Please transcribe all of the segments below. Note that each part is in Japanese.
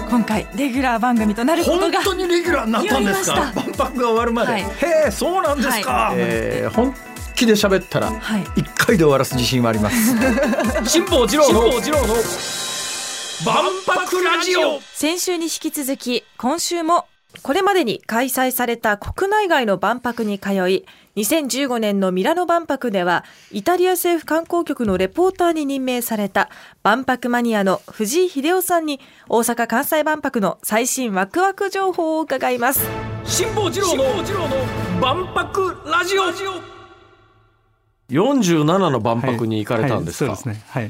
今回レギュラー番組となることが本当にレギュラーになったんですか。万博が終わるまで、へえ、そうなんですか。本気で喋ったら1回で終わらす自信はあります。辛坊治郎の万博ラジオ。 先週に引き続き今週もこれまでに開催された国内外の万博に通い、2015年のミラノ万博ではイタリア政府観光局のレポーターに任命された万博マニアの藤井秀夫さんに大阪・関西万博の最新ワクワク情報を伺います。 辛坊治郎の万博ラジオ。47の万博に行かれたんですか。 そうですね。はい。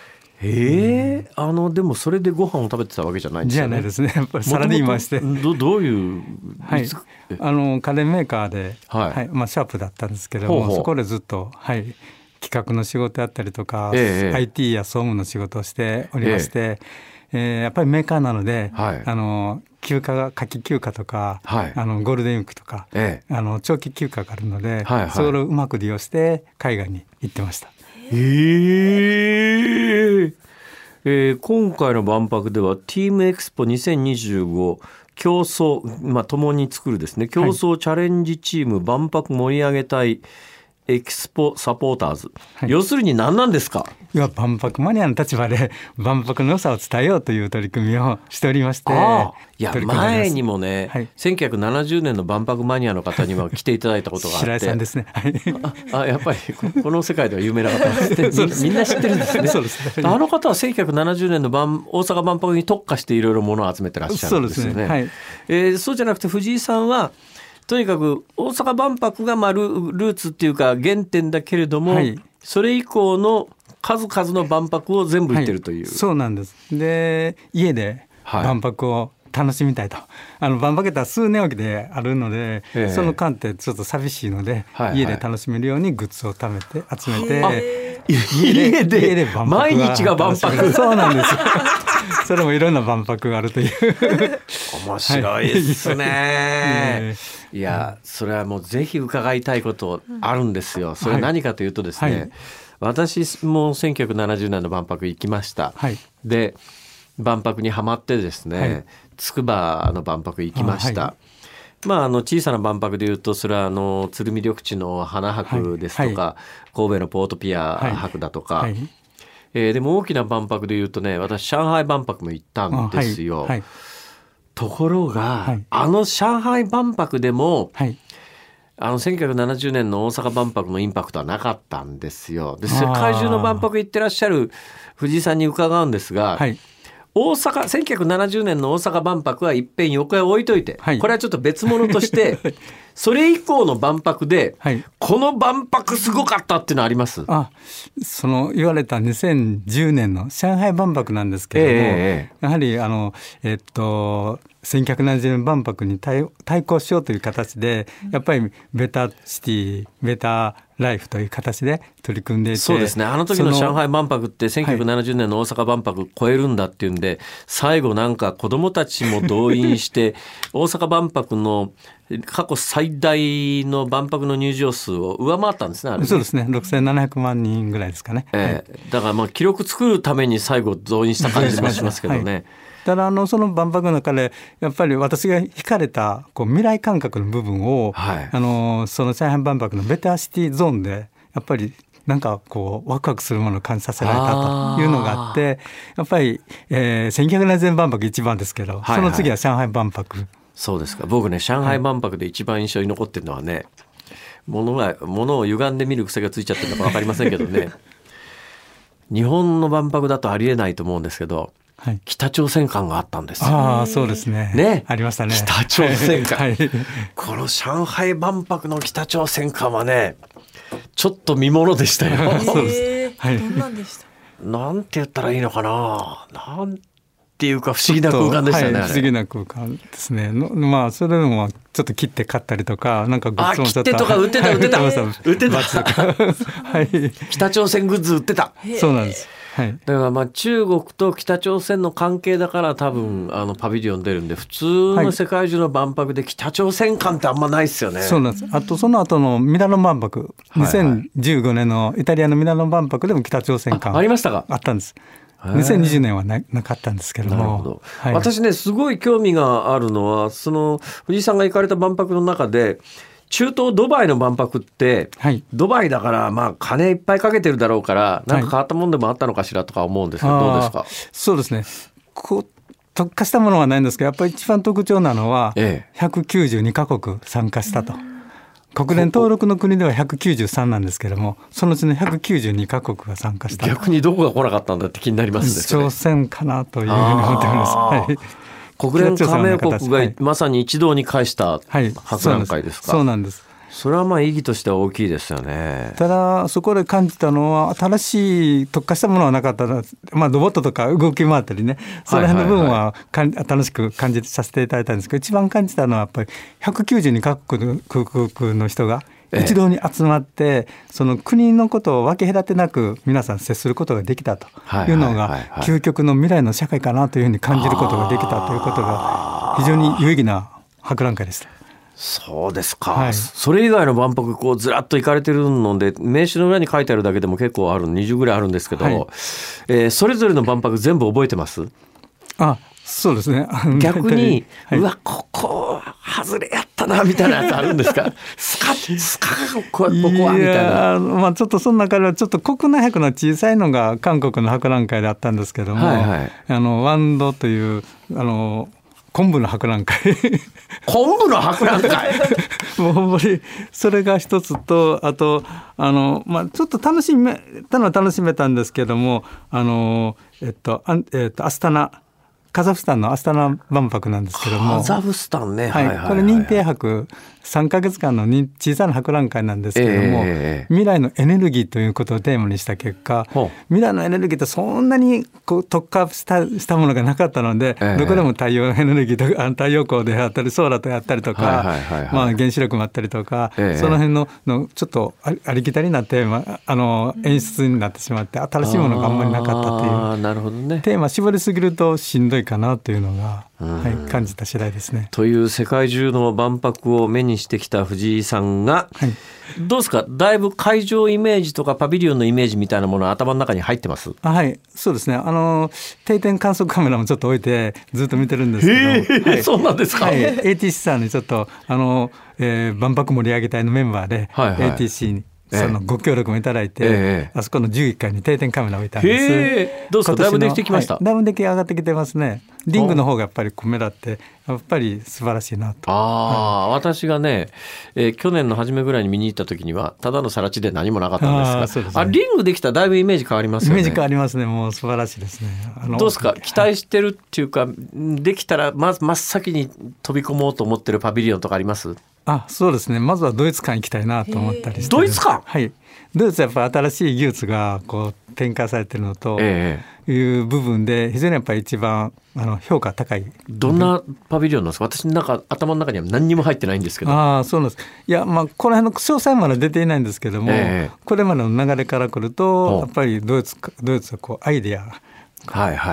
でもそれでご飯を食べてたわけじゃないんですよね。 じゃないですね。やっぱりさらに言いまして、 どういう、 家電メーカーで、シャープだったんですけども、そこでずっと、企画の仕事やったりとか、IT や総務の仕事をしておりまして、やっぱりメーカーなので、休暇が夏季休暇とか、ゴールデンウィークとか、長期休暇があるので、それをうまく利用して海外に行ってました。 今回の万博ではティームエクスポ2025競争、共に作るですね、競争チャレンジチーム万博盛り上げ隊エキスポサポーターズ、要するに何なんですか。 いや、万博マニアの立場で万博の良さを伝えようという取り組みをしておりまして、 いや前にもね、1970年の万博マニアの方にも来ていただいたことがあって白井さんですね。 やっぱりこの世界では有名な方ですね。みんな知ってるんですね。 そうですね。 あの方は1970年の大阪万博に特化していろいろものを集めてらっしゃるんですよね。そうじゃなくて藤井さんはとにかく大阪万博がルーツっていうか原点だけれども、それ以降の数々の万博を全部行ってるという、 そうなんです。で、家で万博を楽しみたいと、万博って数年おきであるので、その間ってちょっと寂しいので、家で楽しめるようにグッズを集めて家で毎日が万博。 そうなんですよ。それもいろんな万博があるという。 面白いですね。いや、それはもうぜひ伺いたいことあるんですよ。それ何かというとですね、私も1970年の万博行きました。で、万博にはまってですね、筑波の万博行きました。小さな万博でいうと、それは鶴見緑地の花博ですとか、神戸のポートピア博だとか、でも大きな万博でいうとね、私上海万博も行ったんですよ。ところが、上海万博でも、1970年の大阪万博のインパクトはなかったんですよ。で、世界中の万博行ってらっしゃる藤井さんに伺うんですが、1970年の大阪万博は一遍横へ置いといて、これはちょっと別物としてそれ以降の万博で、この万博すごかったっていうのはあります？ その言われた2010年の上海万博なんですけれども、やはり1970年万博に対抗しようという形で、やっぱりベタシティベタライフという形で取り組んでいて、 そうですね、あの時の上海万博って1970年の大阪万博超えるんだっていうんで、最後なんか子どもたちも動員して大阪万博の過去最大の万博の入場数を上回ったんですね、あれね。 そうですね、6700万人ぐらいですかね。 だから記録作るために最後動員した感じもしますけどね。 ただその万博の中でやっぱり私が惹かれた未来感覚の部分を、その上海万博のベタシティゾーンでやっぱりなんかワクワクするものを感じさせられたというのがあって、やっぱり、1970年万博一番ですけど、その次は上海万博。 そうですか。僕ね、上海万博で一番印象に残ってるのはね、物を歪んで見る癖がついちゃってるのか分かりませんけどね日本の万博だとありえないと思うんですけど、北朝鮮館があったんですよ。 そうですね。ありましたね。 北朝鮮館、この上海万博の北朝鮮館はね、ちょっと見ものでしたよ。 そうです。どんなんでした？ なんて言ったらいいのかな。なんていうか不思議な空間でしたね。 不思議な空間ですね。それでもちょっと切って買ったりとか、なんかグッズもちょっと切手とか売ってた北朝鮮グッズ売ってた。 そうなんです。 だから中国と北朝鮮の関係だから多分パビリオン出るんで、普通の世界中の万博で北朝鮮館ってあんまないですよね。 そうなんです。あとその後のミラノ万博、2015年のイタリアのミラノ万博でも北朝鮮館ありましたか？ あったんです。 2020年は なかったんですけども。 なるほど、はい、私ねすごい興味があるのはその藤井さんが行かれた万博の中で中東ドバイの万博って、はい、ドバイだからまあ金いっぱいかけてるだろうからなんか変わったもんでもあったのかしらとか思うんですけど、どうですか？ そうですね、特化したものはないんですけどやっぱり一番特徴なのは192カ国参加したと。国連登録の国では193なんですけどもそのうちの192カ国が参加した。 逆にどこが来なかったんだって気になりますね。 朝鮮かなというふうに思ってます、はい、 国連加盟国がまさに一堂に会した博覧会ですか？ そうなんです。 それはまあ意義としては大きいですよね。 ただそこで感じたのは新しい特化したものはなかったら、まあ、ロボットとか動き回ったりねその辺の部分は楽しく感じさせていただいたんですけど一番感じたのはやっぱり192カ国の人が一堂に集まってその国のことを分け隔てなく皆さん接することができたというのが究極の未来の社会かなというふうに感じることができたということが非常に有意義な博覧会でした。 そうですか、はい、それ以外の万博こうずらっと行かれてるので名刺の裏に書いてあるだけでも結構ある20ぐらいあるんですけど、はいそれぞれの万博全部覚えてます？ そうですね。 逆に、はい、うわここ外れやったなみたいなやつあるんですか？スカがここはみたいな。 まあ、ちょっとその中ではちょっと国内博の小さいのが韓国の博覧会であったんですけども、はいはい、ワンドという昆布の博覧会昆布の博覧会もうほんまにそれが一つとあとまあ、ちょっと楽しめたんですけどもアスタナカザフスタンのアスタナ万博なんですけどもカザフスタンね、 はいこれ認定博3ヶ月間の小さな博覧会なんですけども、未来のエネルギーということをテーマにした結果未来のエネルギーってそんなに特化したものがなかったので、どこでも太陽エネルギーと太陽光であったりソーラーとやったりとか、まあ、原子力もあったりとか、その辺のちょっとありきたりなテーマ演出になってしまって新しいものがあんまりなかったという。 なるほどね、 テーマ絞りすぎるとしんどいかなというのが、はい、感じた次第ですね。 という世界中の万博を目にしてきた藤井さんが、はい、どうですか？だいぶ会場イメージとかパビリオンのイメージみたいなものは頭の中に入ってます？ はい、そうですね。定点観測カメラもちょっと置いてずっと見てるんですけど、はい、 そうなんですか？ はい、ATC さんにちょっと万博盛り上げ隊のメンバーで、はいはい、ATC にそのご協力もいただいて、あそこの11階に定点カメラを置いたんです。 どうですか？だいぶできてきました？ はい、だいぶ出来上がってきてますね。リングの方がやっぱりコメラってやっぱり素晴らしいなと。 私がね、去年の初めぐらいに見に行った時にはただの更地で何もなかったんですが、リングできたらだいぶイメージ変わりますよね。 イメージ変わりますね。もう素晴らしいですね。 どうですか？期待してるっていうか、できたらまず真っ先に飛び込もうと思ってるパビリオンとかあります？ そうですね。まずはドイツ館行きたいなと思ったりして。 ドイツ館？ はい。ドイツはやっぱ新しい技術がこう展開されているのという部分で非常にやっぱり一番評価高い。 どんなパビリオンなんですか？私なんか頭の中には何にも入ってないんですけど。 そうなんです。いや、まあこの辺の詳細まで出ていないんですけども、これまでの流れからくるとやっぱりドイツはこうアイデア、はいはい、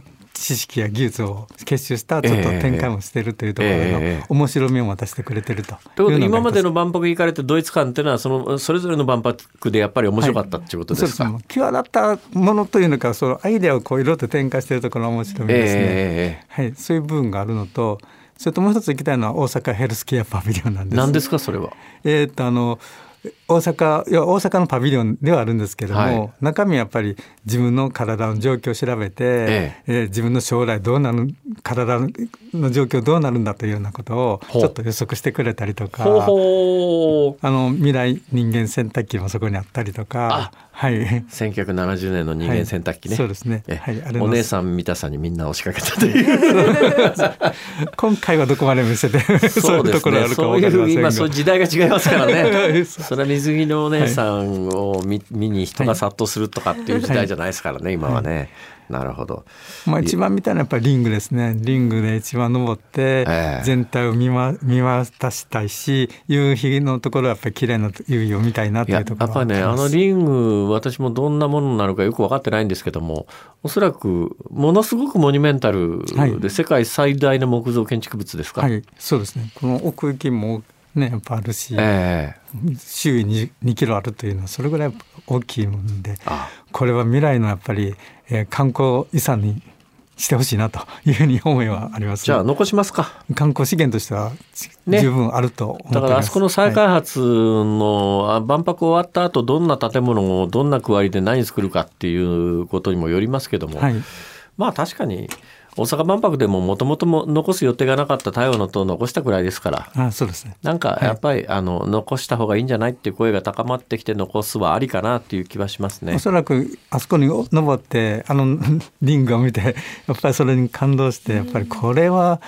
知識や技術を結集したちょっと展開もしているというところの面白みを渡してくれているというのが今までの万博行かれてドイツ館っていうのはそれぞれの万博でやっぱり面白かったっていうことですか？ はい、そうです。際立ったものというのかそのアイデアをこういろいろと展開しているところの面白みですね。はい、そういう部分があるのとそれともう一つ行きたいのは大阪ヘルスケアパビリオンなんです。 何ですかそれは？ 大阪のパビリオンではあるんですけども、はい、中身はやっぱり自分の体の状況を調べて、自分の将来どうなる体の状況どうなるんだというようなことをちょっと予測してくれたりとか未来人間洗濯機もそこにあったりとか、はい、 1970年の人間洗濯機ね、 はい、そうですね、 はい、お姉さん見たさにみんな押しかけたという今回はどこまで見せてそういうところあるか分かりませんが、 今そういう時代が違いますからねそれは水着のお姉さんを 見に人が殺到するとかっていう時代じゃないですからね、はい、今はね、はい、なるほど。 一番見たいのはやっぱりリングですね。リングで一番登って全体を見渡したいし、夕日のところはやっぱり綺麗な夕日を見たいなというところはあります。 やっぱりね、リング私もどんなものなのかよく分かってないんですけども、おそらくものすごくモニュメンタルで世界最大の木造建築物ですか？ はい、そうですね。この奥行きもねやっぱあるし、周囲に2キロあるというのはそれぐらい大きいもんで、これは未来のやっぱり、観光遺産にしてほしいなというふうに思いはあります。 じゃあ残しますか。 観光資源としては十分あると思っています。 だからあそこの再開発の、万博終わった後どんな建物をどんな区割りで何作るかっていうことにもよりますけども、まあ確かに大阪万博でももともと残す予定がなかった太陽の塔を残したくらいですから、 そうですね、 なんかやっぱり、残した方がいいんじゃないっていう声が高まってきて残すはありかなっていう気はしますね。 おそらくあそこに登ってリングを見てやっぱりそれに感動して、やっぱりこれを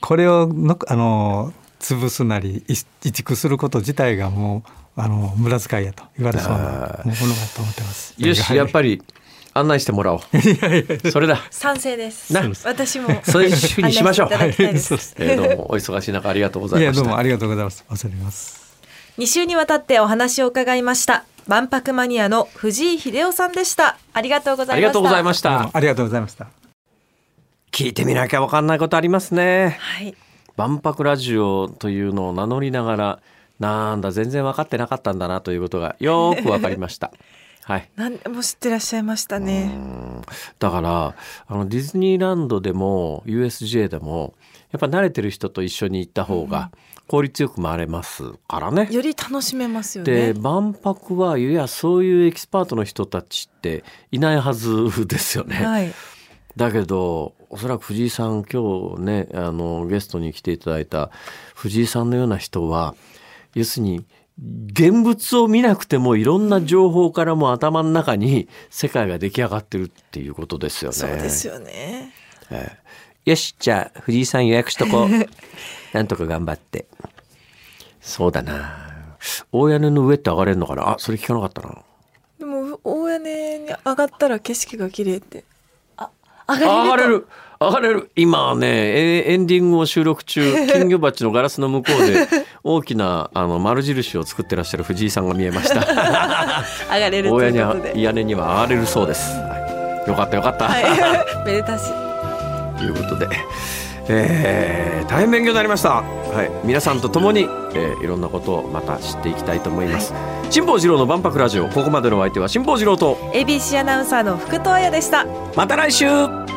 潰すなり移築すること自体がもう無駄遣いやと言われそうなものだと思ってます。 よし、やっぱり案内してもらおう。それだ。 賛成です。私もそういうふうにしましょう。 どうもお忙しい中ありがとうございました。 どうもありがとうございます。恐れます。 2週にわたってお話を伺いました万博マニアの藤井秀夫さんでした。ありがとうございました。 ありがとうございました。 ありがとうございました。 聞いてみなきゃ分かんないことありますね。 はい。 万博ラジオというのを名乗りながら、なんだ全然分かってなかったんだなということがよく分かりました。はい、 何でも知ってらっしゃいましたね。 だからディズニーランドでも USJ でもやっぱ慣れてる人と一緒に行った方が効率よく回れますからね、 より楽しめますよね。 で万博はいやそういうエキスパートの人たちっていないはずですよね、だけどおそらく藤井さん今日ねゲストに来ていただいた藤井さんのような人は要するに現物を見なくてもいろんな情報からも頭の中に世界が出来上がってるっていうことですよね。 そうですよね、 よしじゃあ藤井さん予約しとこうなんとか頑張って。そうだな、大屋根の上って上がれるのかな。それ聞かなかったな。 でも大屋根に上がったら景色が綺麗って上がれる。今ねエンディングを収録中金魚鉢のガラスの向こうで大きな丸印を作ってらっしゃる藤井さんが見えました上がれるということで屋根には上がれるそうです、よかったよかった、 めでたしということで、大変勉強になりました、皆さんと共に、いろんなことをまた知っていきたいと思います、辛坊治郎の万博ラジオ、ここまでのお相手は辛坊治郎と ABC アナウンサーの福藤彩でした。 また来週。